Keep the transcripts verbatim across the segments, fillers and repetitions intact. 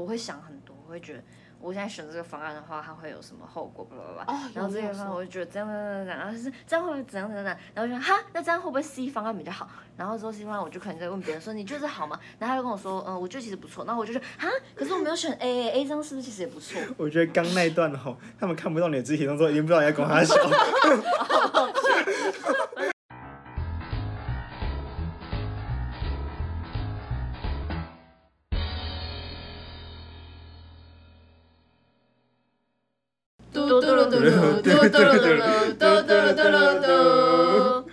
我会想很多，我会觉得我现在选这个方案的话，它会有什么后果，巴拉巴拉。 哦， 然后这个方案我就觉得这样这样这样，然后是这样会不会怎样怎样怎样，然后就说哈，那这样会不会 C 方案比较好？然后之后 C 方案我就可能在问别人说你觉得好吗？然后他就跟我说，嗯，我觉得其实不错。然后我就说哈，可是我没有选 A，A 这样是不是其实也不错？ 我觉得刚那一段吼，他们看不到你的肢体动作，已经不知道你在攻他笑。 嘟嘟噜嘟噜嘟嘟噜嘟噜嘟嘟噜嘟噜嘟。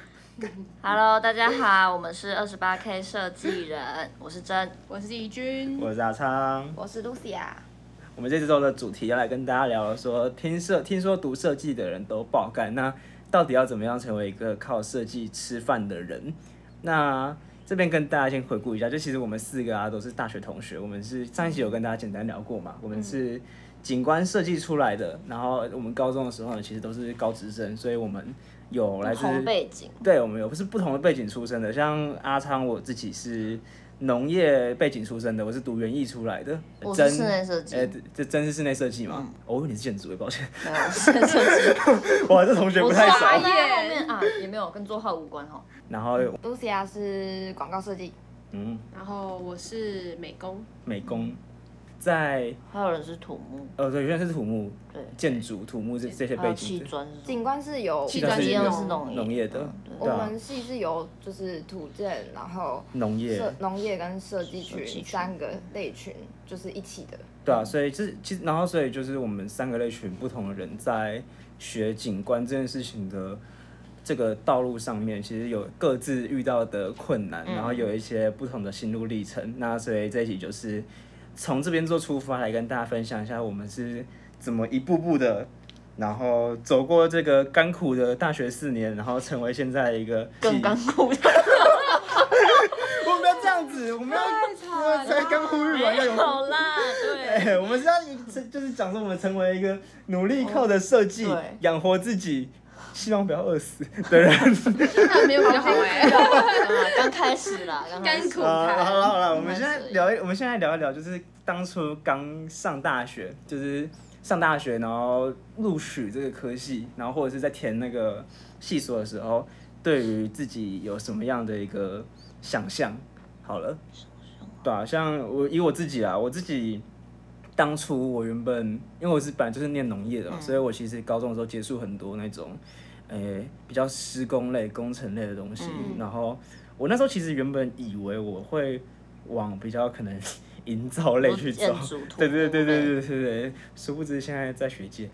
Hello， 大家好，我们是二十八 K 设计人，我是真， 我是怡君， 我是阿昌， 我是 Lucia。 我们这周的主题要来跟大家聊说，听设听说读设计的人都爆干，那到底要怎么样成为一个靠设计吃饭的人？那这边跟大家先回顾一下，就其实我们四个啊都是大学同学，我们是上一集有跟大家简单聊过嘛，我们是景观设计出来的，然后我们高中的时候呢，其实都是高职生，所以我们有来自不同背景， 对，我们有不是不同的背景出身的，像阿昌我自己是农业背景出身的，我是读园艺出来的， 我是室内设计， 哎、欸，这真是室内设计吗？嗯、哦，你是建筑，抱歉， 没有室内设计， 哇，这同学不太熟， 我在后面啊，也没有跟作画无关哈。 然后 Lucia 是广告设计， 嗯， 然后我是美工， 美工。在还有人是土木， 呃，对，原来是土木， 对， 建筑、土木这这些背景。 砌砖， 景观是有， 砌砖是农农业的， 我们系是由就是土建，然后农业、 农业跟设计群三个类群就是一起的。 对啊，所以是其实，然后所以就是我们三个类群不同的人在学景观这件事情的这个道路上面，其实有各自遇到的困难，然后有一些不同的心路历程。那所以这一集就是从这边做出发，来跟大家分享一下我们是怎么一步步的，然后走过这个甘苦的大学四年，然后成为现在一个更甘苦的。 我们不要这样子，我们要才刚呼吁完要有好啦，对、 欸，我们是要就是讲说我们成为一个努力靠着设计养活自己，希望不要饿死的人。 那没有比较好哎， 刚开始啦， 甘苦谈。好了好了，我们现在聊一，我们现在聊一聊，就是当初刚上大学，就是上大学，然后录取这个科系，然后或者是在填那个系所的时候，对于自己有什么样的一个想象？好了，对啊，像我以我自己啦，我自己当初我原本因为我是本来就是念农业的嘛，嗯、所以我其实高中的时候接触很多那种，诶、欸、比较施工类、工程类的东西。嗯、然后我那时候其实原本以为我会往比较可能营造类去走，对对对对对对对，殊不知现在在学界。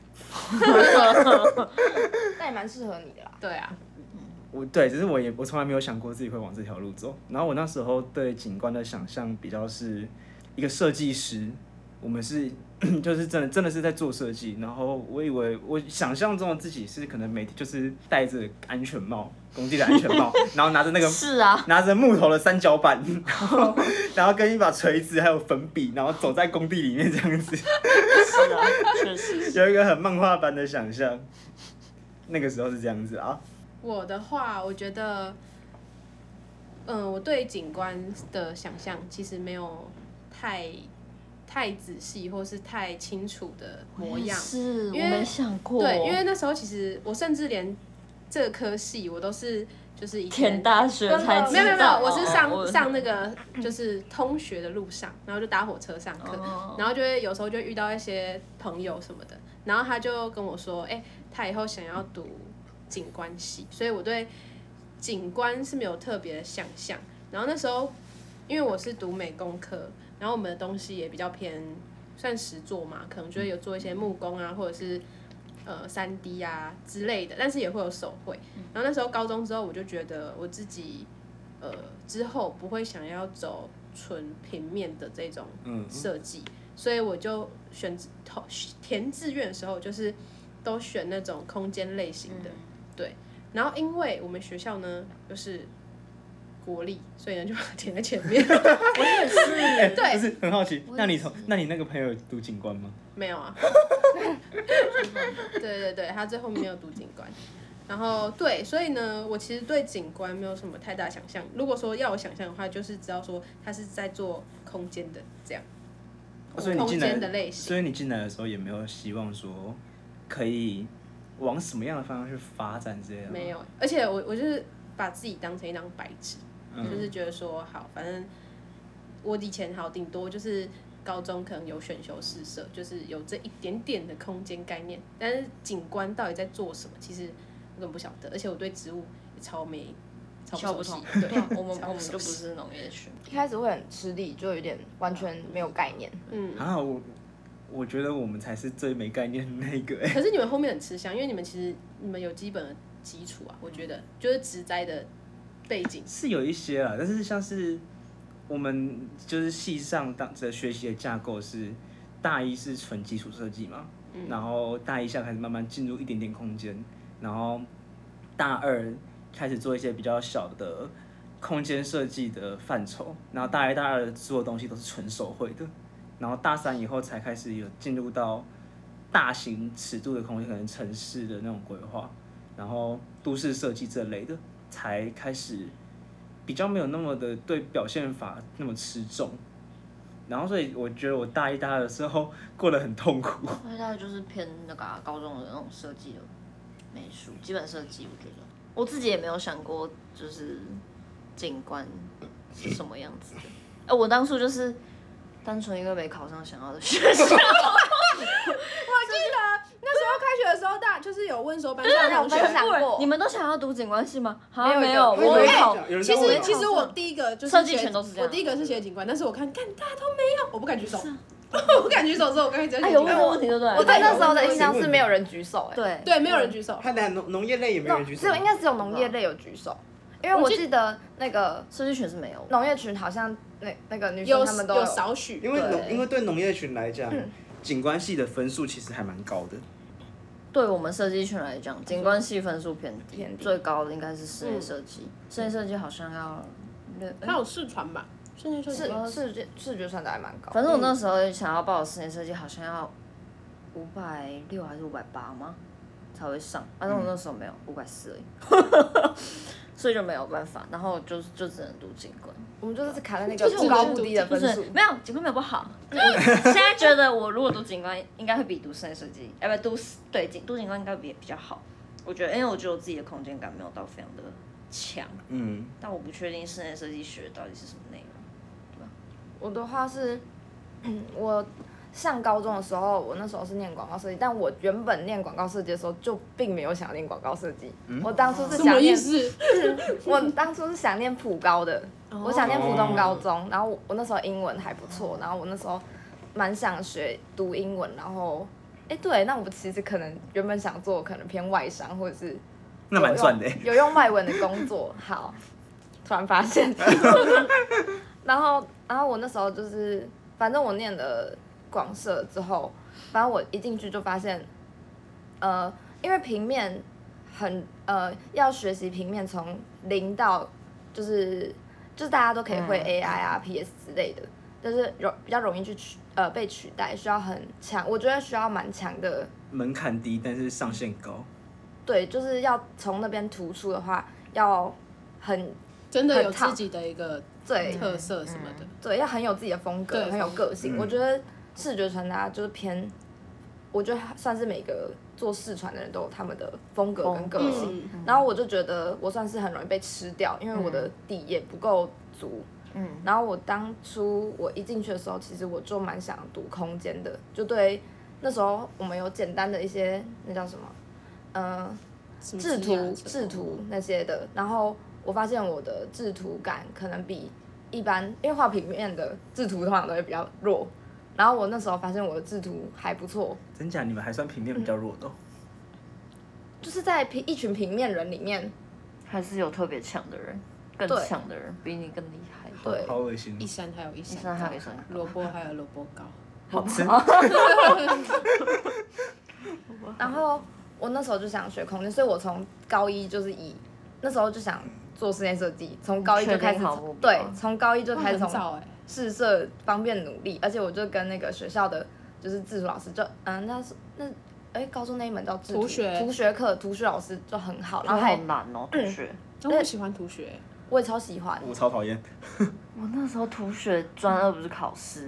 那也蛮适合你的啦。 对啊。 我对，只是我也我从来没有想过自己会往这条路走。然后我那时候对景观的想象比较是一个设计师，我们是就是真的真的是在做设计。然后我以为我想象中的自己是可能每天就是戴着安全帽，工地的安全帽，然后拿着那个是啊， 拿着木头的三角板，然后然后跟一把锤子还有粉笔，然后走在工地里面这样子。 是啊，确实有一个很漫画般的想象。那个时候是这样子啊。 我的话，我觉得，嗯、呃，我对景观的想象其实没有太太仔细或是太清楚的模样。 是，我没想过。 对，因为那时候其实我甚至连这个科系我都是就是以前填大学才知道。 没有没有没有，我是上、哦、上那个就是通学的路上，然后就搭火车上课，哦、然后就会有时候就会遇到一些朋友什么的，然后他就跟我说，哎、欸，他以后想要读景观系，所以我对景观是没有特别的想象。然后那时候，因为我是读美工科，然后我们的东西也比较偏算实作嘛，可能就会有做一些木工啊，或者是呃三 D 啊之类的，但是也会有手绘。然后那时候高中之後，我就觉得我自己呃之后不会想要走纯平面的这种设计，所以我就选填志愿的时候，就是都选那种空间类型的。对，然后因为我们学校呢就是国立，所以呢就把它填在前面。 我也是， 欸、对，不是很好奇，那你从那你那个朋友读景观吗？ 没有啊。对对对，他最后没有读景观。然后对，所以呢，我其实对景观没有什么太大想象。如果说要我想象的话，就是知道说他是在做空间的这样。 空所以你进来间的类型。 所以你进来的时候也没有希望说可以往什么样的方向去发展之类的吗？ 没有，而且我我就是把自己当成一张白纸， 嗯、 就是觉得说好，反正我以前好顶多就是高中可能有选修试社，就是有这一点点的空间概念，但是景观到底在做什么，其实我根本不晓得，而且我对植物也超没。超不熟悉，对， 我们我们就不是农业区， 一开始会很吃力，就有点完全没有概念。 嗯， 啊，我我觉得我们才是最没概念的那个、欸。 可是你们后面很吃香，因为你们其实你们有基本的基础啊，我觉得就是植栽的背景是有一些啦，但是像是我们就是系上当的学习的架构是大一是纯基础设计嘛，嗯、然后大一下开始慢慢进入一点点空间，然后大二开始做一些比较小的空间设计的范畴，然后大一、大二做的东西都是纯手绘的，然后大三以后才开始有进入到大型尺度的空间，可能城市的那种规划，然后都市设计这类的，才开始比较没有那么的对表现法那么吃重。然后所以我觉得我大一、大二的时候过得很痛苦。 大一、大二就是偏那个、啊、高中的那种设计的美术，基本设计，我觉得。我自己也没有想过，就是景观是什么样子的。哎、欸，我当初就是单纯因为没考上想要的学校。我记得那时候开学的时候，大就是有问说班上同学， 你们都想要读景观系吗？ 好像没有，我没考。 其实其实我第一个就是设计全都是这样， 我第一个是写景观，但是我看看大家都没有，我不敢举手。我不敢举手，之后我刚才直接写景观。 有问题对不对？ 我对那时候的印象是没有人举手，哎， 对对，没有人举手。 他连农农业类也没有人举手， 只有应该只有农业类有举手，因为我记得那个设计群是没有， 农业群好像那那个女生他们都有少许， 因为农因为对农业群来讲，景观系的分数其实还蛮高的。 对我们设计群来讲，景观系分数偏低，最高的应该是室内设计，室内设计好像要还有视传吧。室内设计视视觉视觉传达还蛮高， 反正我那时候想要报的室内设计好像要五百六还是五百八吗？才会上，反正我那时候没有五百四而已，所以就没有办法，然后就就只能读景观。 我们就是卡在那个不高不低的分数， 没有景观没有不好。我现在觉得我如果读景观，应该会比读室内设计，要不读对景读景观应该比比较好。我觉得，因为我觉得我自己的空间感没有到非常的强，嗯，但我不确定室内设计学到底是什么内容。 我的话是，我上高中的时候，我那时候是念广告设计，但我原本念广告设计的时候就并没有想念广告设计。嗯、我当初是想念，我当初是想念普高的，哦、我想念普通高中，然后 我, 我那时候英文还不错，然后我那时候蛮想学读英文，然后，哎、欸，对，那我其实可能原本想做可能偏外商或者是那蛮赚的， 有用外文的工作，好，突然发现。然后，然后我那时候就是，反正我念了广设之后，反正我一进去就发现，呃，因为平面很呃要学习平面从零到就是就是大家都可以会 A I 啊、P S 之类的，就是容比较容易去取呃被取代，需要很强，我觉得需要蛮强的门槛低，但是上限高。 对，就是要从那边突出的话，要很真的有自己的一个。 对特色什么的， 对，要很有自己的风格，很有个性。嗯、我觉得视觉传达就是偏，我觉得算是每个做视传的人都有他们的风格跟个性。嗯、然后我就觉得我算是很容易被吃掉，因为我的底也不够足。嗯。然后我当初我一进去的时候，其实我就蛮想读空间的，就对那时候我们有简单的一些那叫什么，呃，制图、制图那些的，然后。我发现我的制图感可能比一般，因为画平面的制图通常都会比较弱，然后我那时候发现我的制图还不错。 真假？你们还算平面比较弱的、哦嗯？ 就是在平一群平面人里面， 还是有特别强的人，更强的人，比你更厉害。 对， 好恶心。 一山还有一山， 一山还有一山， 萝卜还有萝卜糕， 好吃。 然后我那时候就想学空间，所以我从高一就是以那时候就想。做室内设计，从高一就开始，对，从高一就开始从试设方面努力，而且我就跟那个学校的就是制图老师就，嗯，那是那，哎，高中那一门叫制图， 图学图学课，图学老师就很好，然后好难哦，图学， 真不喜欢图学， 我也超喜欢， 我超讨厌。 我那时候图学专二不是考试，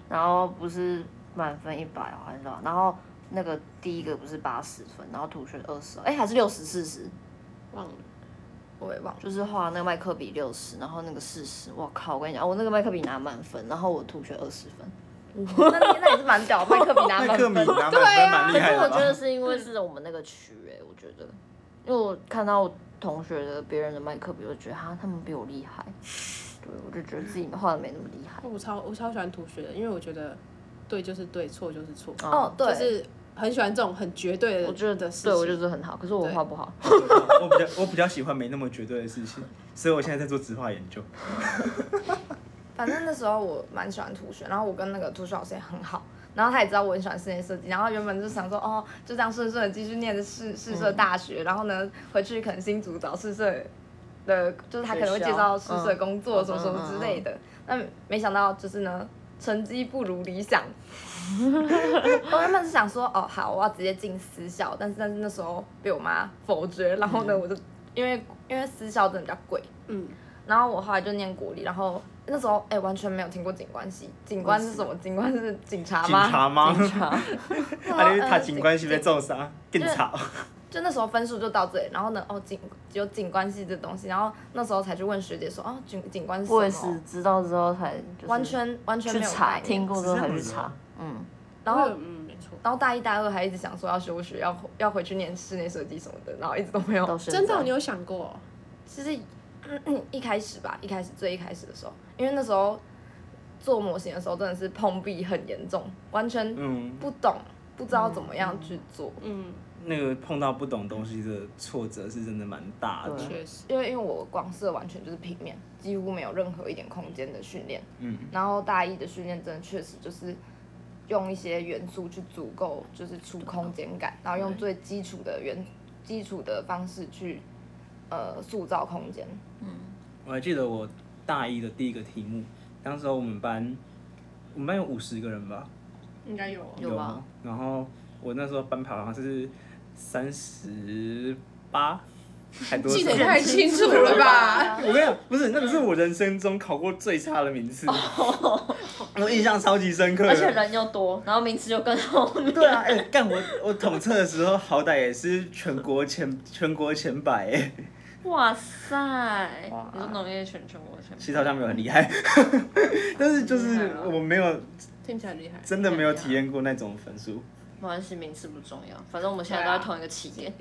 然后不是满分一百好像是吧？然后那个第一个不是八十分，然后图选二十，哎还是六十四十， 忘了。 我也忘了， 就是画那个麦克笔六十，然后那个四十，我靠！我跟你讲，我那个麦克笔拿满分，然后我图学二十分， 那你那也是蛮屌，麦克笔拿满分， 麦克笔拿满分蛮厉害的吧。 可是我觉得是因为是我们那个区哎、欸，我觉得，因为我看到我同学的别人的麦克笔，我就觉得哈他们比我厉害，对我就觉得自己画的没那么厉害。 我超我超喜欢图学的，因为我觉得对就是对，错就是错。 哦，对， 就是很喜欢这种很绝对的， 我觉得的事情。 对我觉得很好，可是我画不好。 我比较我比较喜欢没那么绝对的事情，所以我现在在做质化研究。 反正那时候我蛮喜欢图学，然后我跟那个图学老师也很好，然后他也知道我很喜欢室内设计，然后原本就想说哦，就这样顺顺的继续念的市市社大学，嗯、然后呢回去可能新竹找市社的，就是他可能会介绍市社工作什么什么之类的，但、嗯嗯嗯、没想到就是呢成绩不如理想。我原本是想说哦好，我要直接进私校，但是但是那时候被我妈否决，然后呢我就因为因为私校真的比较贵，嗯，然后我后来就念国立，然后那时候哎、欸、完全没有听过警官系，警官是什么？警官是警察吗？ 警察吗？ 警察。 他他警官系被揍杀，警察。 就那时候分数就到这里，然后呢，哦警有警官系这东西，然后那时候才去问学姐说，哦警警官是什么？ 我也是知道之后才、就是、 完全完全没有去查，听过之后才去查，嗯， 然后嗯没错， 然后大一大二还一直想说要休学，要要回去念室内设计什么的，然后一直都没有。 真的，你有想过、哦？ 其实、嗯、一开始吧，一开始最一开始的时候，因为那时候做模型的时候真的是碰壁很严重，完全不懂，嗯、不知道怎么样去做，嗯。 那个碰到不懂东西的挫折是真的蛮大的， 确实， 因为因为我光是完全就是平面，几乎没有任何一点空间的训练，嗯，然后大一的训练真的确实就是用一些元素去足够就是出空间感，然后用最基础的元基础的方式去呃塑造空间，嗯， 我还记得我大一的第一个题目，当时候我们班我们班有五十个人吧， 应该有有吧， 然后我那时候班排好像是三十八，还多少？ 记得太清楚了吧？ 我跟你讲，不是那个是我人生中考过最差的名次，我印象超级深刻。 而且人又多，然后名次又更后面。 对啊，哎、欸，干我我统测的时候，好歹也是全国前全国前百哎、欸。 哇塞！你说农业全全国前百？ 其实好像没有很厉害，但是就是我没有听起来厉害， 真的没有体验过那种分数。 没关系，名次不重要，反正我们现在都在同一个起点。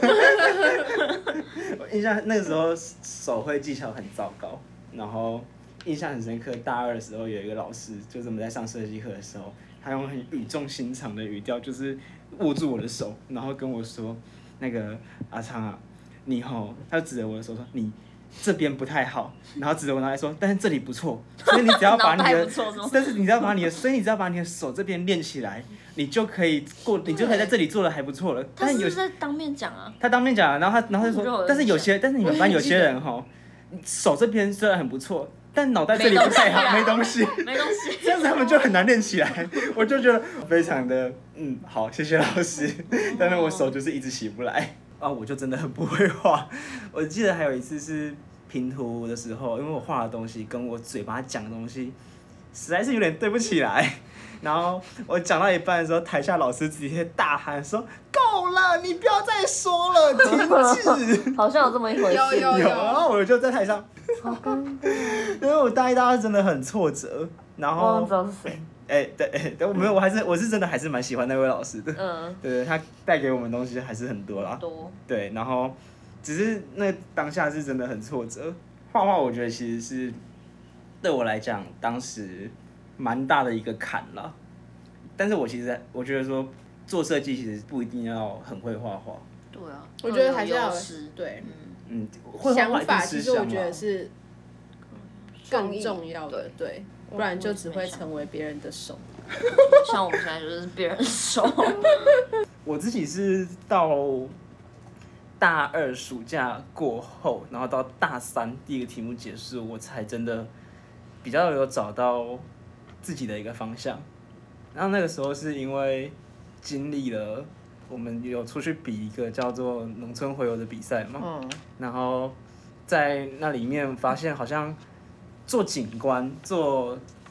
我印象那个时候手绘技巧很糟糕，然后印象很深刻。大二的时候有一个老师，就是我们在上设计课的时候，他用很语重心长的语调，就是握住我的手，然后跟我说：“那个阿昌啊，你吼，他就指着我的手说你。”这边不太好，然后指着我脑袋说，但是这里不错，所以你只要把你的，但是你只要把你的，所以你只要把你的手这边练起来，你就可以过，你就可以在这里做的还不错了。 他是不是在当面讲啊？ 他当面讲，然后他然后他就说，但是有些，但是你们班有些人哈，手这边虽然很不错，但脑袋这里不太好，没东西， 没东西， 这样子他们就很难练起来。我就觉得非常的，嗯，好，谢谢老师，但是我手就是一直起不来。啊，我就真的很不会画。我记得还有一次是拼图的时候，因为我画的东西跟我嘴巴讲的东西实在是有点对不起来。然后我讲到一半的时候，台下老师直接大喊说：“够了，你不要再说了，停止。” 好像有这么一回事。 有有有。 然后我就在台上， 好尴尬。 因为我大一、大二真的很挫折。然后我不知道是谁。 哎、欸，对，哎、欸，没有，我还是我是真的还是蛮喜欢那位老师的。嗯。对对，他带给我们东西还是很多啦。 多。 对，然后只是那当下是真的很挫折。画画我觉得其实是对我来讲，当时蛮大的一个坎啦。但是我其实我觉得说做设计其实不一定要很会画画。 对啊。 我觉得还是要有对。 嗯。会画画想法其实我觉得是更重要的，对。不然就只会成为别人的手， 像我们现在就是别人的手。 我自己是到大二暑假过后，然后到大三第一个题目结束，我才真的比较有找到自己的一个方向。然后那个时候是因为经历了我们有出去比一个叫做农村回游的比赛嘛，嗯，然后在那里面发现好像做景观做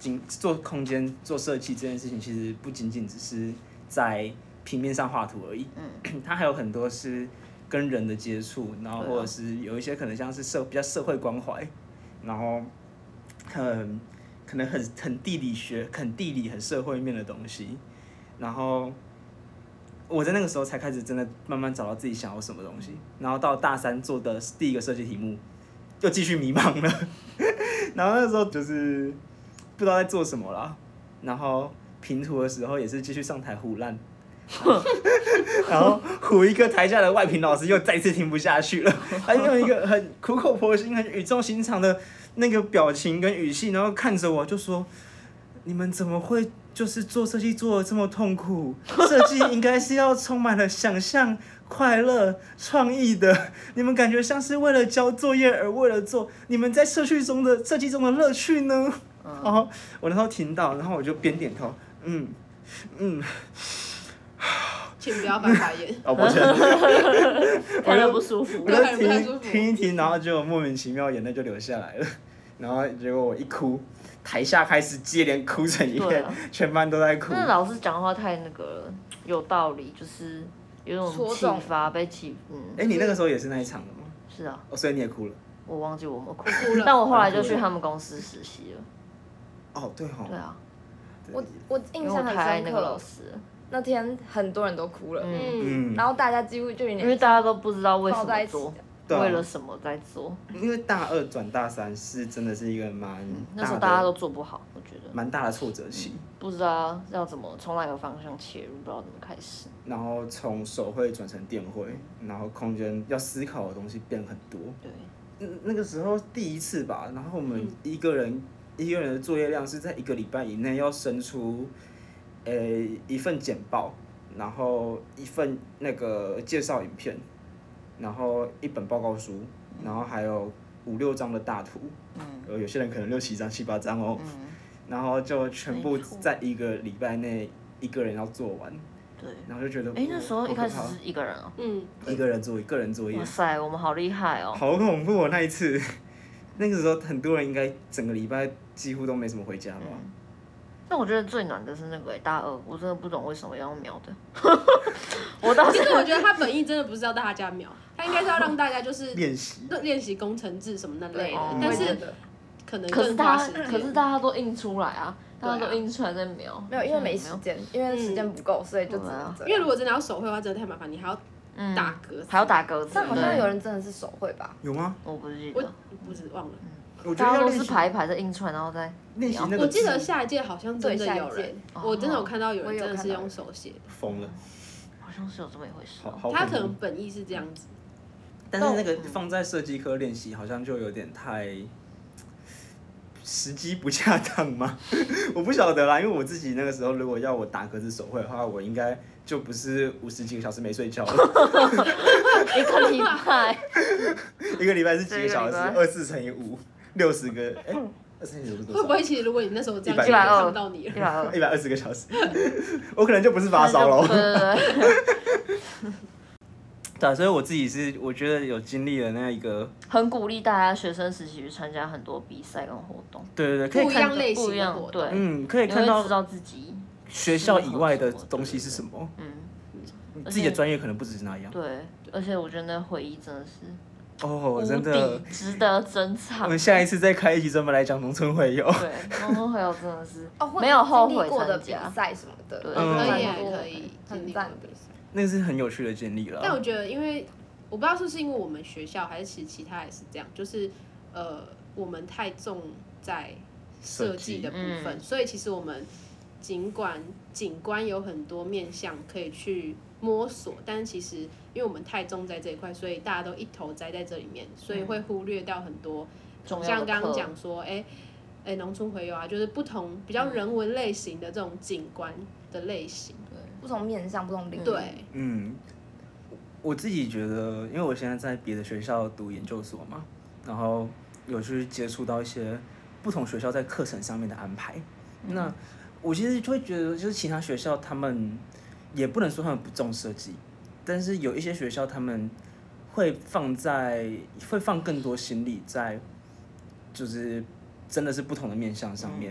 经做空间、做设计这件事情，其实不仅仅只是在平面上画图而已，嗯，它还有很多是跟人的接触，然后或者是有一些可能像是社比较社会关怀，然后很可能很很地理学、很地理、很社会面的东西，然后我在那个时候才开始真的慢慢找到自己想要什么东西，然后到大三做的第一个设计题目，又继续迷茫了，然后那时候就是不知道在做什么啦，然后评图的时候也是继续上台胡烂。然后唬一个台下的外评老师又再次听不下去了，他用一个很苦口婆心、很语重心长的那个表情跟语气，然后看着我就说：“你们怎么会就是做设计做得这么痛苦？设计应该是要充满了想象、快乐、创意的。你们感觉像是为了交作业而为了做，你们在设计中的设计中的乐趣呢？”然后我那时候听到，然后我就边点头，嗯嗯。 请不要翻白眼。 哦，抱歉。 看得不舒服。 我就听听一听，然后就莫名其妙眼泪就流下来了，然后结果我一哭，台下开始接连哭成一片，啊、全班都在哭。 那老师讲话太那个了，有道理，就是有种启发，被启嗯。 哎、欸，你那个时候也是那一场的吗？ 是啊。 哦，所以你也哭了。 我忘记我们哭了，但我后来就去他们公司实习了。 哦，对哈、哦。 对啊。 我我印象很深刻， 那个老师。 那天很多人都哭了， 嗯， 然后大家几乎就有点， 因为大家都不知道为什么做，为了什么在做。 因为大二转大三是真的是一个蛮、嗯， 那时候大家都做不好，我觉得蛮大的挫折期、嗯， 不知道要怎么从哪个方向切入，不知道怎么开始。 然后从手绘转成电绘，然后空间要思考的东西变很多。 对， 嗯，那个时候第一次吧，然后我们一个人、嗯、一个人的作业量是在一个礼拜以内要生出。呃、欸，一份简报，然后一份那个介绍影片，然后一本报告书，然后还有五六张的大图，嗯，呃，有些人可能六七张、七八张哦，嗯，然后就全部在一个礼拜内一个人要做完， 对， 然后就觉得， 哎、欸，那时候一开始是一个人哦， 嗯， 一个人做，一个人作业， 哇塞，我们好厉害哦， 好恐怖哦那一次，那个时候很多人应该整个礼拜几乎都没什么回家吧。嗯， 但我觉得最难的是那个、欸、大二，我真的不懂为什么要用描的。我当时其实我觉得他本意真的不是要大家描，他应该是要让大家就是练习练习工程字什么那类的， 哦、 但是可能可是大家可是大家都印出来啊，大家都印出来在描。 没有，因为没时间，因为时间不够，所以就只能这样。 因为如果真的要手绘的话，真的太麻烦，你还要打格子， 还要打格子。 但好像有人真的是手绘吧？ 有吗？ 我不记得， 我不是忘了。 大家都是排一排在印出来，然后再练习那个。 我记得下一届好像真的有人，我真的有看到有人真的是用手写的。 疯了， 好像是有这么一回事。 他可能本意是这样子， 但是那个放在设计科练习好像就有点太时机不恰当吗？我不晓得啦，因为我自己那个时候如果要我打格子手绘的话，我应该就不是五十几个小时没睡觉了。 一个礼拜， 一个礼拜是几个小时？二四乘以五，六十个，哎、欸，二四乘以五是多少？ 会不会其实如果你那时候这样， 一百看不到你了， 一百二， 一百二十个小时，我可能就不是发烧了。 对对对。 对啊，所以我自己是我觉得有经历了那一个， 很鼓励大家学生时期去参加很多比赛跟活动。 对对对，可以看不一样类型的活动， 对， 嗯，可以看到知道自己学校以外的东西是什么。嗯，自己的专业可能不只是那样。 对，而且我觉得那回忆真的是哦，真的值得珍藏。 我们下一次再开一集专门来讲农村会友。 对，农村会友真的是哦， 没有后悔过的比赛什么的， 对， 可以可以， 很赞的。 那是很有趣的经历了。 但我觉得，因为我不知道是不是因为我们学校，还是其实其他也是这样，就是呃，我们太重在设计的部分，嗯、所以其实我们尽管景观有很多面向可以去摸索，但是其实因为我们太重在这一块，所以大家都一头栽在这里面，所以会忽略掉很多，嗯、像刚刚讲说，哎、欸。哎，农村回游啊，就是不同比较人文类型的这种景观的类型， 对，不同面向、不同领域。 对， 嗯，我自己觉得，因为我现在在别的学校读研究所嘛，然后有去接触到一些不同学校在课程上面的安排。嗯、那我其实就会觉得，就是其他学校他们也不能说他们不重设计，但是有一些学校他们会放在会放更多心力在，就是。真的是不同的面向上面，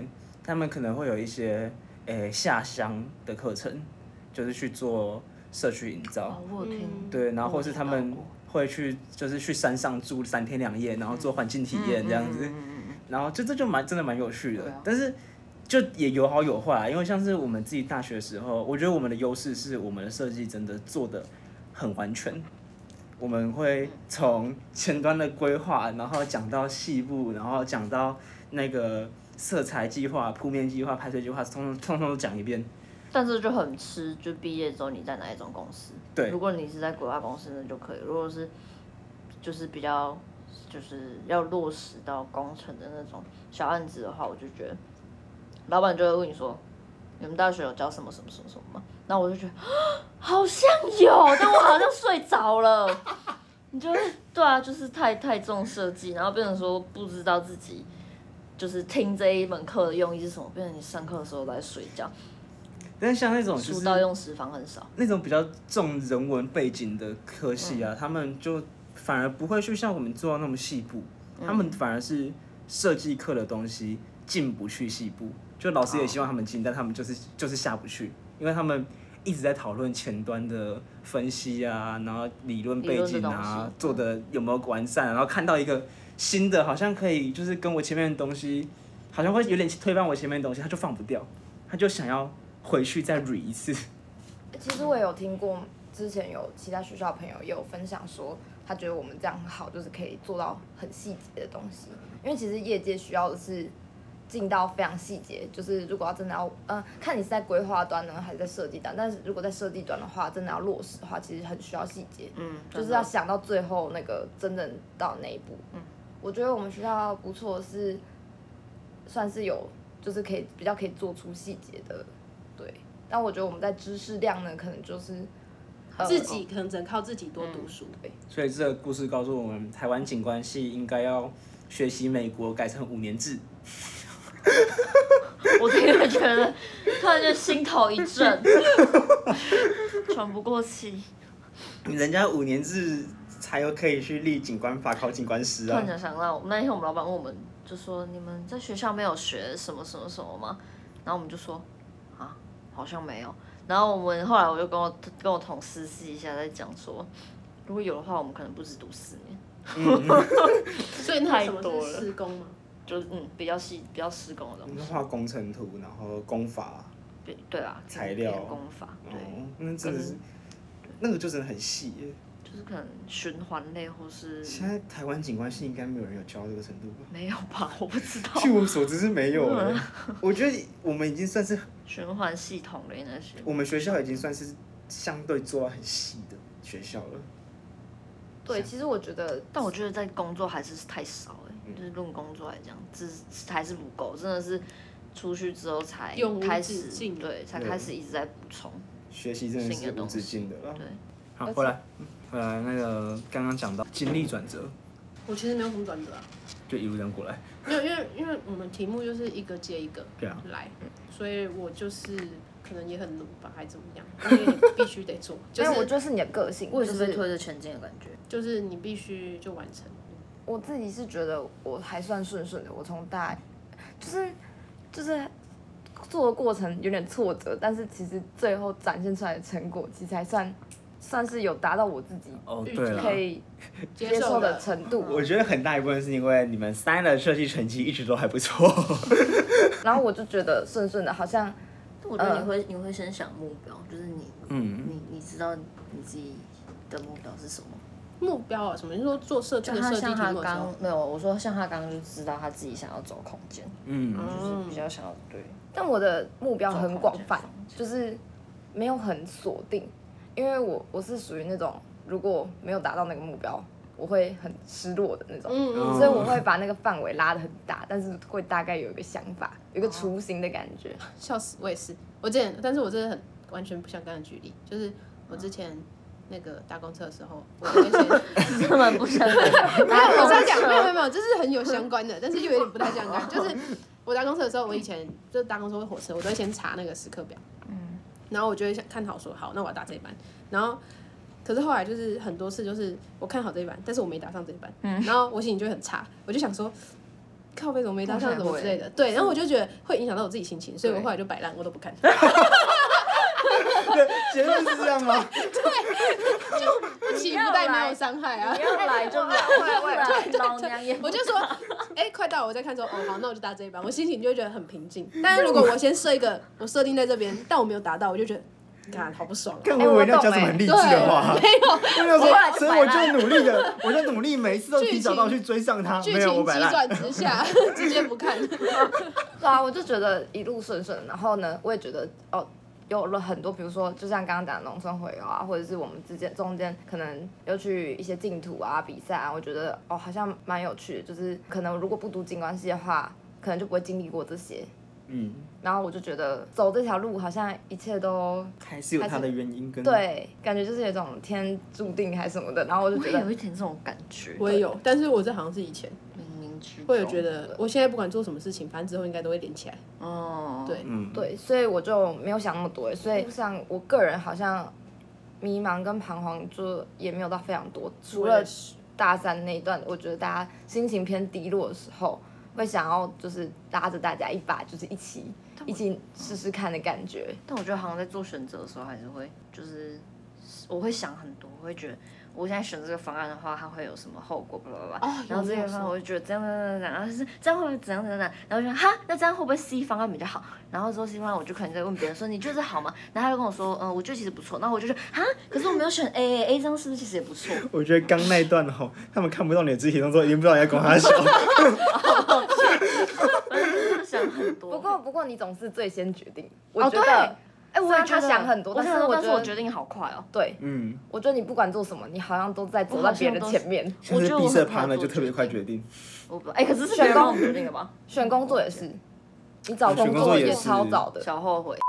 他们可能会有一些诶、欸、下乡的课程，就是去做社区营造。 哦，我有听。 对，然后或是他们会去就是去山上住三天两夜，然后做环境体验这样子。然后这这就蛮真的蛮有趣的，啊、但是就也有好有坏，因为像是我们自己大学的时候，我觉得我们的优势是我们的设计真的做的很完全，我们会从前端的规划，然后讲到细部，然后讲到那个色彩计划、铺面计划、拍摄计划，通通通通都讲一遍。 但是就很吃，就毕业之后你在哪一种公司？ 对， 如果你是在规划公司，那就可以；如果是就是比较。就是要落实到工程的那种小案子的话，我就觉得老板就会问你说：“你们大学有教什么什么什么什么吗？”然后我就觉得好像有，但我好像睡着了。你就会对啊，就是太太重设计，然后变成说不知道自己就是听这一门课的用意是什么，变成你上课的时候都在睡觉。 但是像那种就是书到用时方很少， 那种比较重人文背景的科系啊，嗯、他们就。反而不会去像我们做到那么细部，他们反而是设计课的东西进不去细部，就老师也希望他们进，但他们就是就是下不去，因为他们一直在讨论前端的分析啊，然后理论背景啊，做的有没有完善，然后看到一个新的好像可以就是跟我前面的东西好像会有点推翻我前面的东西，他就放不掉，他就想要回去再 re 一次。 其实我有听过，之前有其他学校的朋友也有分享说。他觉得我们这样很好，就是可以做到很细节的东西。因为其实业界需要的是进到非常细节，就是如果要真的要，呃，看你是在规划端呢，还是在设计端。但是如果在设计端的话，真的要落实的话，其实很需要细节。嗯，就是要想到最后那个真正到那一步。嗯，我觉得我们学校不错，是算是有，就是可以比较可以做出细节的，对。但我觉得我们在知识量呢，可能就是。 自己可能只能靠自己多读书。 嗯、 所以这个故事告诉我们，台湾景观系应该要学习美国改成五年制。 我听了觉得突然间心头一震，喘不过气。 人家五年制才有可以去立景观法、考景观师啊。 突然想到，那一天我们老板问我们，就说你们在学校没有学什么什么什么吗？然后我们就说啊，好像没有。然后我们后来我就跟我跟我同事私底下在讲说，如果有的话，我们可能不止读四年。 嗯、所以那什么是施工吗？ 就是嗯，比较细、比较施工的东西。 画工程图，然后工法。 对对啊。 材料。 工法。对。 哦，那真的是，那个就真的很细耶。 就是可能循环类或是。 现在台湾景观系应该没有人有教这个程度吧？ 没有吧，我不知道。 据我所知是没有的。我觉得我们已经算是。 循环系统类那些。 我们学校已经算是相对做到很细的学校了。 对，其实我觉得， 但我觉得在工作还是太少哎、欸，嗯、就是论工作来讲，这还是不够，真的是出去之后才开始，对，才开始一直在补充。 学习真的是无止境的了。 对。 好，回来，回来那个刚刚讲到经历转折。 我其实没有什么转折啊。 就一路这样过来。 没有，因为因为我们题目就是一个接一个来， 嗯、 所以我就是可能也很努吧，还怎么样，因为你必须得做。 就是我就是你的个性， 我也是被推着前进的感觉。 就是你必须就完成。 我自己是觉得我还算顺顺的，我从大，就是就是做的过程有点挫折，但是其实最后展现出来的成果，其实还算。算是有达到我自己可以接受的程度。 我觉得很大一部分是因为你们三的设计成绩一直都还不错。 然后我就觉得顺顺的，好像。 我觉得你会、呃、你会先想目标，就是你，嗯，你你知道你自己的目标是什么？ 目标啊，什么？你说做设计的设计题目的时候。 刚没有，我说像他刚刚就知道他自己想要走空间，嗯，就是比较想要对。 但我的目标很广泛，就是没有很锁定。因为我我是属于那种如果没有达到那个目标，我会很失落的那种，嗯、所以我会把那个范围拉得很大，但是会大概有一个想法，有一个雏形的感觉。 笑死，我也是，我之前，但是我真的很完全不想跟人举例，就是我之前那个搭公车的时候，我会先根本不相干。 没有，我在讲，没有没有没有，这是很有相关的，但是又有点不太相干。就是我搭公车的时候，我以前就搭公车或火车，我都会先查那个时刻表。然后我就会想看好说好，那我要打这一班。然后，可是后来就是很多次就是我看好这一班，但是我没打上这一班。嗯、然后我心情就会很差，我就想说， 靠背怎么没搭上什么之类的，对，然后我就觉得会影响到我自己心情，所以我后来就摆烂，我都不看。 对，结论是这样吗？ 对，就不期不待没有伤害啊。 你要来就来，会来，老娘也。 我就说，哎、欸，快到了，我再看说，哦，好，那我就搭这一班，我心情就会觉得很平静。但是如果我先设一个，我设定在这边，但我没有达到，我就觉得。看，好不爽、啊！ 看我以为你要讲什么很励志的话， 没有， 没有说，所以我就努力的，我就努力，每一次都提早到去追上他。 剧情急转直下，直接不看。 对啊，我就觉得一路顺顺，然后呢，我也觉得哦，有了很多，比如说，就像刚刚讲的农村回游啊，或者是我们之间中间可能又去一些竞图啊、比赛啊，我觉得哦，好像蛮有趣的。就是可能如果不读景观系的话，可能就不会经历过这些。嗯，然后我就觉得走这条路好像一切都还是有它的原因跟对，感觉就是有一种天注定还是什么的，然后我就觉得我也有一点这种感觉， 我也有，但是我这好像是以前冥冥之中会有觉得，我现在不管做什么事情，反正之后应该都会连起来。 哦， 对， 嗯， 对，所以我就没有想那么多，所以像我个人好像迷茫跟彷徨就也没有到非常多，除了大三那一段，我觉得大家心情偏低落的时候。会想要就是拉着大家一把，就是一起一起试试看的感觉。 但我觉得好像在做选择的时候，还是会就是我会想很多，我会觉得我现在选这个方案的话，它会有什么后果，巴拉巴拉。 哦。 然后这个方案我就觉得这样这样这样，然后是这样会不会怎样怎样怎样，然后就说哈，那这样会不会 C 方案比较好？然后之后 C 方案我就可能在问别人说你觉得好吗？然后他就跟我说嗯，我觉得其实不错。然后我就说哈，可是我没有选 A，A 这样是不是其实也不错？ 我觉得刚那一段吼，他们看不到你的肢体动作，已经不知道你在跟他笑。 想很多。 不过不过你总是最先决定，我觉得。 哎、欸，我也他想很多，但是我觉得我决定好快哦。 对， 嗯， 我觉得你不管做什么，你好像都在走在别人的前面。 我觉得闭塞趴呢就特别快决定。 我不，哎、欸，可是选工决定了吧？ 选工作也是，你找工作也超早的。 小后悔。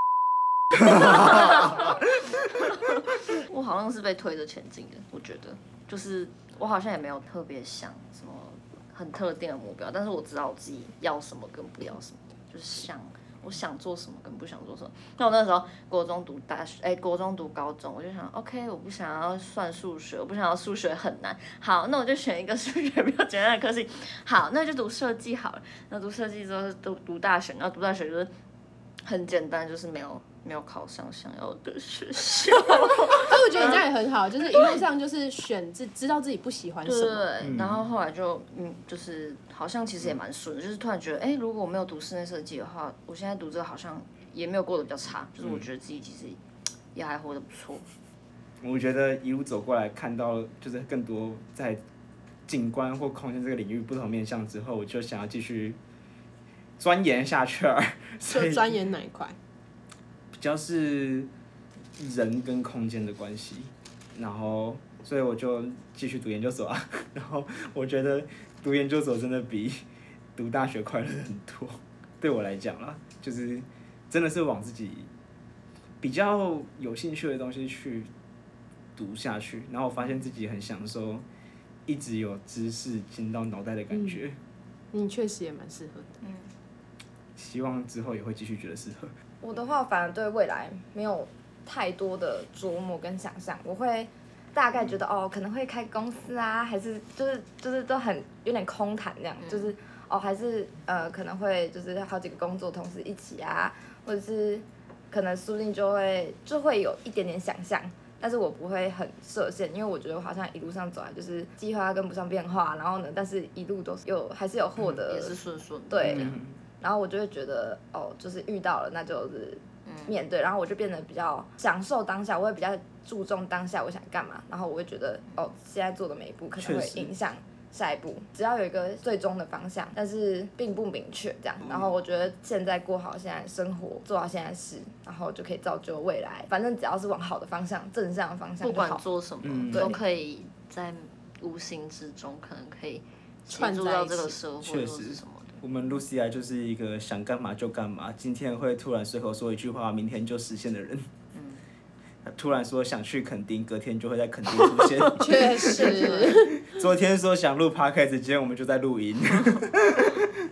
我好像是被推着前进的，我觉得就是我好像也没有特别想什么很特定的目标，但是我知道我自己要什么跟不要什么，就是想。我想做什么跟不想做什么。那我那时候国中读大学，哎、欸，国中读高中，我就想 ，OK， 我不想要算数学，我不想要数学很难。好，那我就选一个数学比较简单的科系。好，那就读设计好了。那读设计之后读读大学，然后读大学就是很简单，就是没有没有考上想要的学校。 但我觉得你这样也很好，就是一路上就是选自知道自己不喜欢什么。 对，嗯、然后后来就嗯，就是好像其实也蛮顺的，就是突然觉得，哎、欸，如果我没有读室内设计的话，我现在读这个好像也没有过得比较差，就是我觉得自己其实也还活得不错。 我觉得一路走过来，看到就是更多在景观或空间这个领域不同面向之后，我就想要继续钻研下去了。 就钻研哪一块？ 比较是人跟空间的关系，然后所以我就继续读研究所啊。然后我觉得读研究所真的比读大学快乐很多，对我来讲啦，就是真的是往自己比较有兴趣的东西去读下去，然后我发现自己很享受一直有知识进到脑袋的感觉。 嗯，你确实也蛮适合的。 嗯， 希望之后也会继续觉得适合。 我的话反而对未来没有太多的琢磨跟想象，我会大概觉得哦可能会开公司啊，还是就是就是都很有点空谈这样，嗯、就是哦还是呃可能会就是好几个工作同时一起啊，或者是可能说不定就会就会有一点点想象，但是我不会很设限，因为我觉得我好像一路上走来就是计划跟不上变化，然后呢但是一路都是有还是有获得、 嗯、也是顺顺的对。嗯然后我就会觉得哦，就是遇到了，那就是面对。然后我就变得比较享受当下，我会比较注重当下我想干嘛。然后我会觉得哦，现在做的每一步可能会影响下一步。只要有一个最终的方向，但是并不明确这样。然后我觉得现在过好现在生活，做好现在事，然后就可以造就未来。反正只要是往好的方向、正向的方向， 不管做什么、 嗯、 都可以在无形之中可能可以协助到这个社会或是什么。 我们 Lucia 就是一个想干嘛就干嘛，今天会突然随口说一句话，明天就实现的人。嗯，突然说想去垦丁，隔天就会在垦丁出现。 确实。 昨天说想录 podcast， 今天我们就在录音。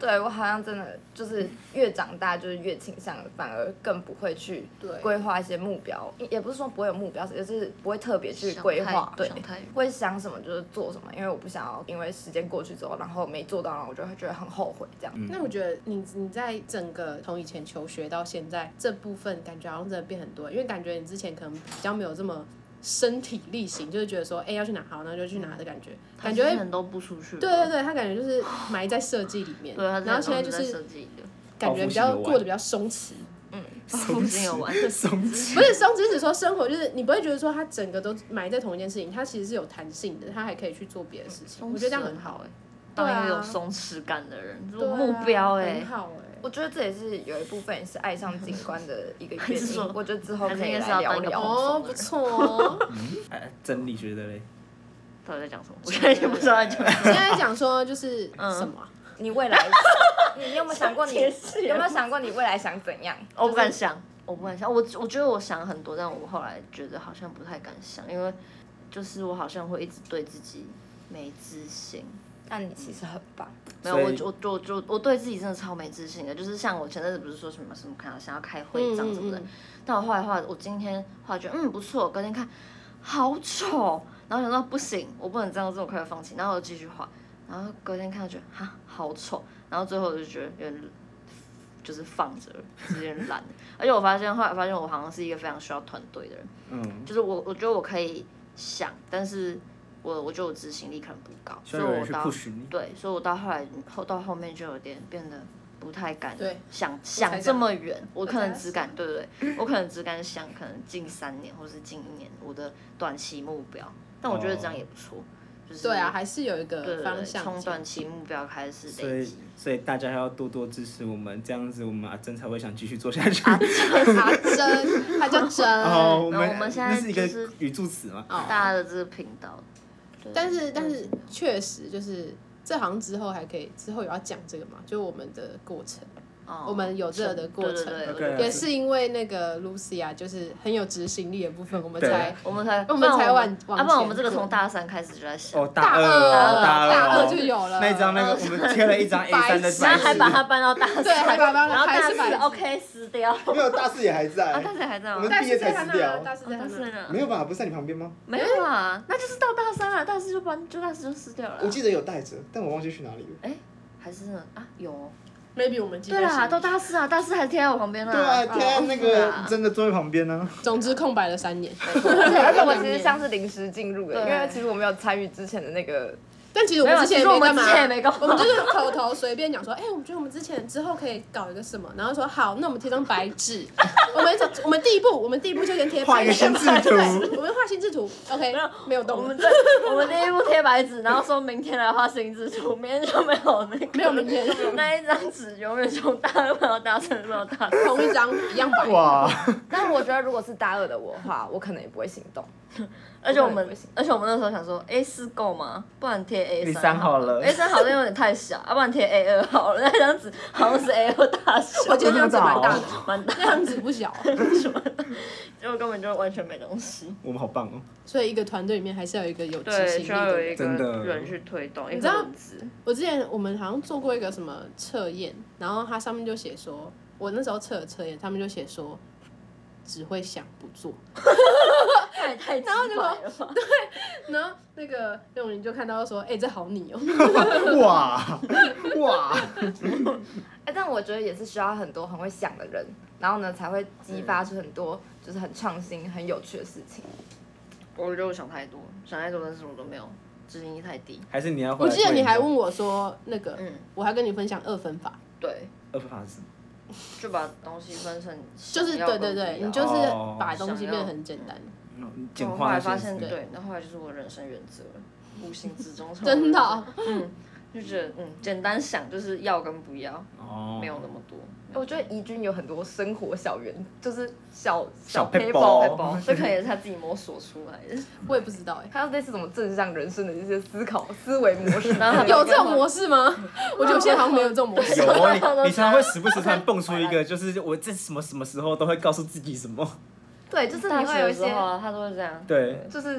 对我好像真的就是越长大就是越倾向，反而更不会去规划一些目标，也不是说不会有目标，就是不会特别去规划，对，会想什么就是做什么，因为我不想要因为时间过去之后，然后没做到，然后我就会觉得很后悔这样。 嗯、那我觉得你你在整个从以前求学到现在这部分，感觉好像真的变很多，因为感觉你之前可能比较没有这么身体力行，就是觉得说，哎、欸，要去哪好，然后就去哪的感觉，感觉人都不出去。 对对对，他感觉就是埋在设计里面， 对， 然后现在就是感觉比较过得比较松弛。嗯， 松弛有玩， 松弛不是松弛，只是说生活就是你不会觉得说他整个都埋在同一件事情，他其实是有弹性的，他还可以去做别的事情。我觉得这样很好哎、欸， 当一个有松弛感的人，有、啊、目标哎、欸， 很好哎、欸。 我觉得这也是有一部分也是爱上景观的一个原因。我觉得之后可以来聊聊哦，不错哦。 嗯，哎，真理觉得嘞， 到底在讲什么？我现在也不知道在讲什么。 现在讲说就是什么？ 你未来，你你有没有想过你有没有想过你未来想怎样？ 我不敢想，我不敢想。我我觉得我想很多，但我后来觉得好像不太敢想，因为就是我好像会一直对自己没自信。 但你其实很棒。 没有，我我我我我对自己真的超没自信的，就是像我前阵子不是说什么什么看想要开会章什么的，嗯嗯嗯但我后来画，我今天画觉得嗯不错，隔天看好丑，然后想到不行，我不能这样这种快就放弃，然后我继续画，然后隔天看觉得哈好丑，然后最后我就觉得有点就是放着，有点懒，而且我发现后来发现我好像是一个非常需要团队的人，嗯，就是我我觉得我可以想，但是。我我觉得我执行力可能不高，所以我到对，所以我到后来后到后面就有点变得不太敢想想这么远，我可能只敢对对对，我可能只敢想可能近三年或是近一年我的短期目标，但我觉得这样也不错，就是对啊，还是有一个方向， 从短期目标开始累积。 所以所以大家要多多支持我们，这样子我们阿珍才会想继续做下去。 阿珍，阿珍，他叫珍。 哦，我们我们现在是一个语助词嘛， 大家的这个频道。 但是但是确实就是这好像之后还可以之后有要讲这个嘛，就我们的过程，哦、我们有这个的过程， 对对对也是因为那个 Lucy 就是很有执行力的部分，我们才我们才我们才往往前。 啊，不然我们这个从大三开始就在想， 哦，大二大二大二就有了那一张那个我们贴了一张 A 三的白纸， 然后还把它搬到大四， 对，还把它然后大四 OK 撕掉， 没有大四也还在， 啊，大四还在吗？ 我们毕业才撕掉， 大四在那， 没有吧？不是在你旁边吗？ 没有啊，那就是到大三了，大四就搬，就大四就撕掉了。 我记得有带着，但我忘记去哪里了。 哎，还是啊有。 maybe 我们记得对啦，都大四啊，大四还贴在我旁边呢。 对啊，贴在那个真的座位旁边呢。 总之空白了三年， 而且我其实像是临时进入的，因为其实我没有参与之前的那个。 但其实我们之前也没干嘛， 我们就是口头随便讲说，哎、欸，我们觉得我们之前之后可以搞一个什么，然后说好，那我们贴张白纸，我们我们第一步，我们第一步就先贴画一个心智图， 我们画心智图 ，OK， 没有没有动， 我们对，我们第一步贴白纸，然后说明天来画心智图，明天就没有那个， 没有明天， 那一张纸永远从大二到大三到大四， 同一张一样白。 哇！ 但我觉得如果是大二的我的话，我可能也不会行动。 而且我们，而且我们那时候想说 A 四够吗？不然贴 A 三好了。 A 三好像有点太小，要不然贴 A 二好了。那张纸好像是 A 二大小。 我觉得那张纸蛮大的， 蛮大。 那张纸不小， 什么？结果根本就完全没东西。 我们好棒哦！ 所以一个团队里面还是要有一个有执行力的人， 真的人去推动。 你知道，我之前我们好像做过一个什么测验，然后它上面就写说，我那时候测的测验，他们就写说。只会想不做， 太太直白了吧？ 对，然后那个刘永林就看到说：“哎、欸，这好你哦、 喔！”哇哇！ 哎、欸，但我觉得也是需要很多很会想的人，然后呢才会激发出很多就是很创新、很有趣的事情。 我觉得我想太多，想太多但是什么都没有，执行力太低。 还是你要？ 我记得你还问我说那个，嗯，我还跟你分享二分法。 对， 二分法是什么？ 就把东西分成， 就是对对对，你就是把东西变得很简单。 嗯，简化。 后来发现对，然后后来就是我人生原则了，无形之中。 真的、哦。 嗯，就觉得嗯，简单想就是要跟不要，哦，没有那么多。 我觉得怡君有很多生活小圆，就是小小 paper， 这可能也是他自己摸索出来的。 我也不知道哎、欸， 他有类似什么正向人生的一些思考思维模式， 有这种模式吗？我觉得我现在好像没有这种模式。 有哦，你你常常会时不时突然蹦出一个，就是我这什么什么时候都会告诉自己什么。 对，就是你会有一些， 他都会这样。 对， 就是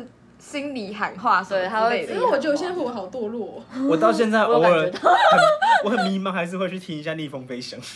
心里喊话什么之类的。 因为我觉得我现在活好堕落、 哦。我到现在偶尔很我很迷茫，还是会去听一下《逆风飞翔》。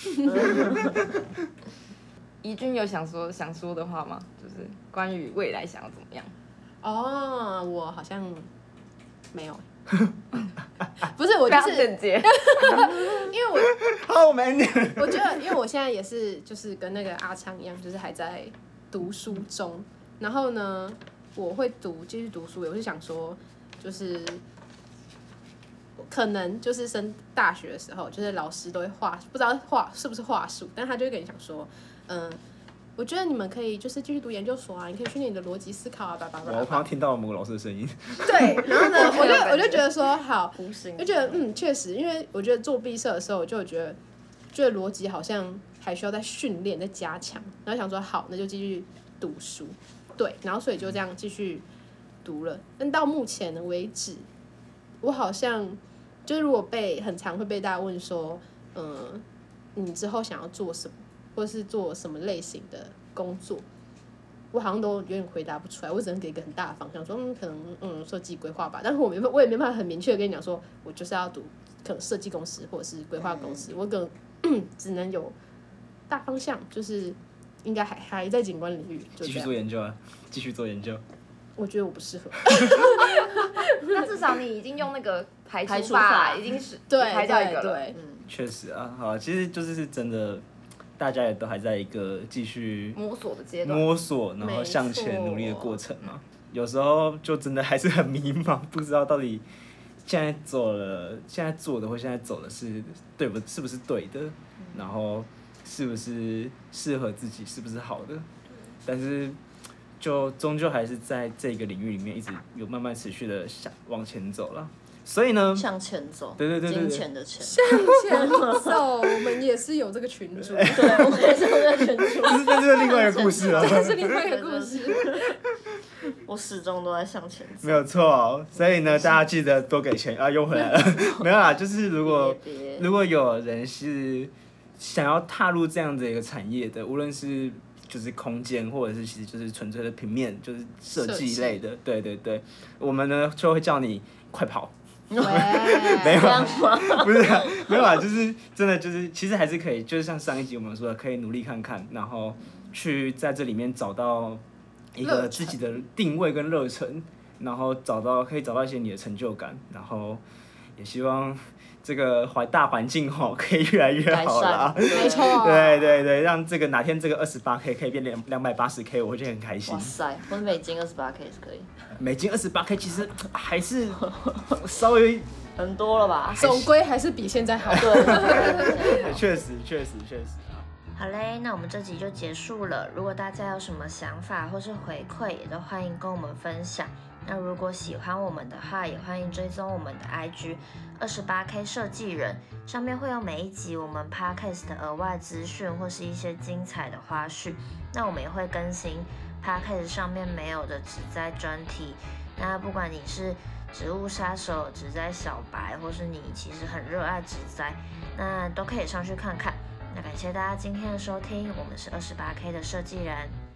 怡君有想说想说的话吗？就是关于未来想要怎么样？ 哦，我好像没有。不是我就是简洁， 因为我好，我们 ending。 我觉得，因为我现在也是就是跟那个阿昌一样，就是还在读书中。然后呢，我会读继续读书，我是想说，就是可能就是升大学的时候，就是老师都会话，不知道话是不是话术，但他就会跟你讲说，嗯。我觉得你们可以就是继续读研究所啊，你可以训练你的逻辑思考啊，叭叭叭。 我好像听到了某个老师的声音。 对，然后呢，我就我就觉得说好， 无形就觉得嗯，确实，因为我觉得做毕设的时候，我就觉得觉得逻辑好像还需要再训练、再加强，然后想说好，那就继续读书，对，然后所以就这样继续读了。但到目前为止，我好像就是如果被很常会被大家问说，嗯，你之后想要做什么？或是做什么类型的工作，我好像都有点回答不出来，我只能给一个很大的方向，说嗯，可能嗯设计规划吧，但是我没我也没办法很明确的跟你讲说，我就是要读可能设计公司或者是规划公司，我可能只能有大方向，就是应该还还在景观领域，继续做研究啊，继续做研究。 我觉得我不适合。 那至少你已经用那个排除除法，已经是对排掉一个了。 对， 确实啊，好，其实就是是真的。大家也都还在一个继续摸索的阶段， 摸索，然后向前努力的过程嘛。有时候就真的还是很迷茫，不知道到底现在走了，现在做的或现在走的是对不，是不是对的，然后是不是适合自己，是不是好的。但是就终究还是在这个领域里面一直有慢慢持续的想往前走了。所以呢， 向前走， 对对对对， 金钱的钱， 向前走，我们也是有这个群主， 对，我们也是有这个群主， 这是这是另外一个故事啊， 这是另外一个故事。 我始终都在向前走， 没有错哦。所以呢，大家记得多给钱啊，用回来了，没有啦，就是如果如果有人是想要踏入这样的一个产业的，无论是就是空间，或者是其实就是纯粹的平面，就是设计类的，对对对，我们呢就会叫你快跑。没有啊，不是啊，没有啊，就是真的就是，其实还是可以，就是像上一集我们说的，可以努力看看，然后去在这里面找到一个自己的定位跟热忱，然后找到可以找到一些你的成就感，然后也希望这个环大环境哈可以越来越好啦， 没错， 对对对，让这个哪天这个二十八 K 可以变两两百八十 K， 我会觉得很开心。 哇塞，或者美金二十八 K 是可以。 美金二十八 K 其实还是稍微很多了吧？ 总归还是比现在好。 对， 确实确实确实。 好嘞，那我们这集就结束了。如果大家有什么想法或是回馈，也都欢迎跟我们分享。那如果喜欢我们的话，也欢迎追踪我们的 I G 二十八 K 设计人，上面会有每一集我们 Podcast 的额外资讯或是一些精彩的花絮。那我们也会更新 Podcast 上面没有的植栽专题。那不管你是植物杀手、植栽小白，或是你其实很热爱植栽，那都可以上去看看。那感谢大家今天的收听，我们是二十八 K 的设计人。